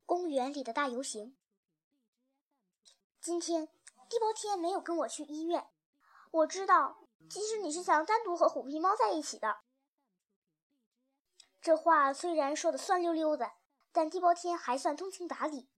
公园里的大游行。今天地包天没有跟我去医院，我知道其实你是想单独和虎皮猫在一起的。这话虽然说的酸溜溜的，但地包天还算通情达理。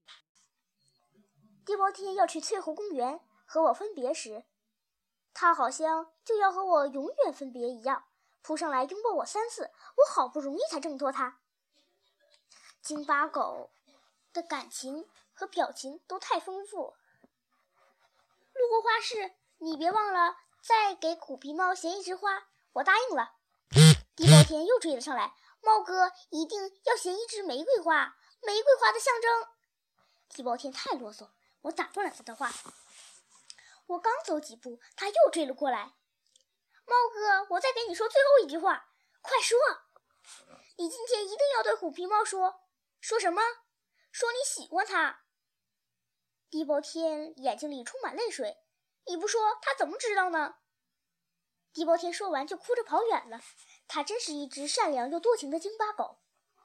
地包天要去翠湖公园和我分别时，他好像就要和我永远分别一样，扑上来拥抱我3次，我好不容易才挣脱他。京巴狗的感情和表情都太丰富。路过花市，你别忘了再给虎皮猫衔一枝花，我答应了。地包天又追了上来，猫哥一定要衔一枝玫瑰花，玫瑰花的象征。地包天太啰嗦，我打断了他的话。我刚走几步，他又追了过来。猫哥，我再给你说最后一句话，快说！你今天一定要对虎皮猫说什么？说你喜欢它。地包天眼睛里充满泪水，你不说他怎么知道呢？地包天说完就哭着跑远了。他真是一只善良又多情的京巴狗。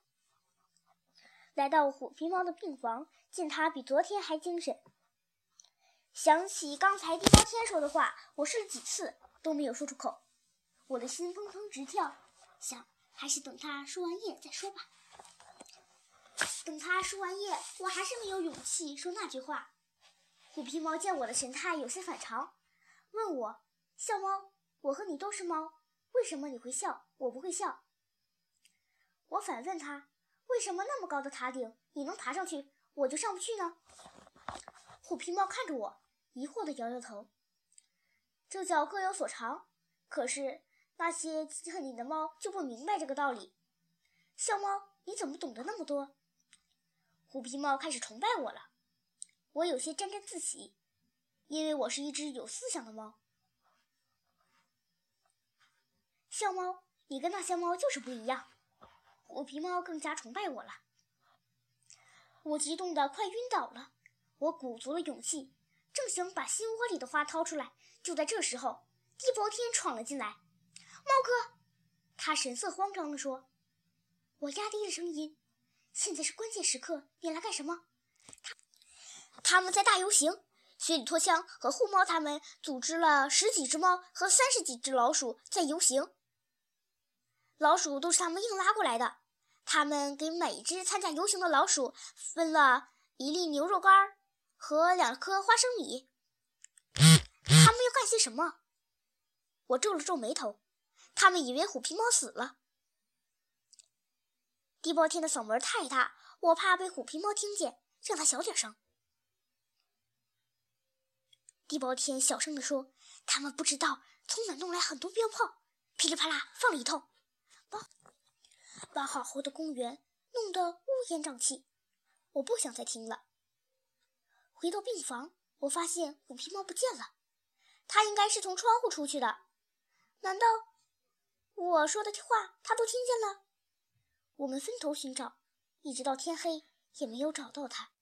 来到虎皮猫的病房，见他比昨天还精神。想起刚才地包天说的话，我试了几次都没有说出口。我的心砰砰直跳，想还是等他输完液再说吧。等他输完液，我还是没有勇气说那句话。虎皮猫见我的神态有些反常，问我：笑猫，我和你都是猫，为什么你会笑，我不会笑？我反问他：为什么那么高的塔顶你能爬上去，我就上不去呢？虎皮猫看着我，疑惑地摇摇头。这叫各有所长，可是那些恨你的猫就不明白这个道理。笑猫，你怎么懂得那么多？虎皮猫开始崇拜我了。我有些沾沾自喜，因为我是一只有思想的猫。笑猫，你跟那些猫就是不一样。虎皮猫更加崇拜我了。我激动得快晕倒了，我鼓足了勇气，正想把心窝里的花掏出来，就在这时候，地包天闯了进来。猫哥，他神色慌张地说。我压低了声音，现在是关键时刻，你来干什么？他们在大游行，雪里拖枪和护猫他们组织了10几只猫和30几只老鼠在游行。老鼠都是他们硬拉过来的，他们给每一只参加游行的老鼠分了1粒牛肉干和2颗花生米。他们要干些什么？我皱了皱眉头，他们以为虎皮猫死了。地包天的嗓门太大，我怕被虎皮猫听见，让他小点声。地包天小声地说，他们不知道从哪弄来很多鞭炮，噼里啪啦放了一通，把好好的公园弄得乌烟瘴气。我不想再听了。回到病房，我发现虎皮猫不见了，它应该是从窗户出去的。难道我说的话它都听见了？我们分头寻找，一直到天黑也没有找到它。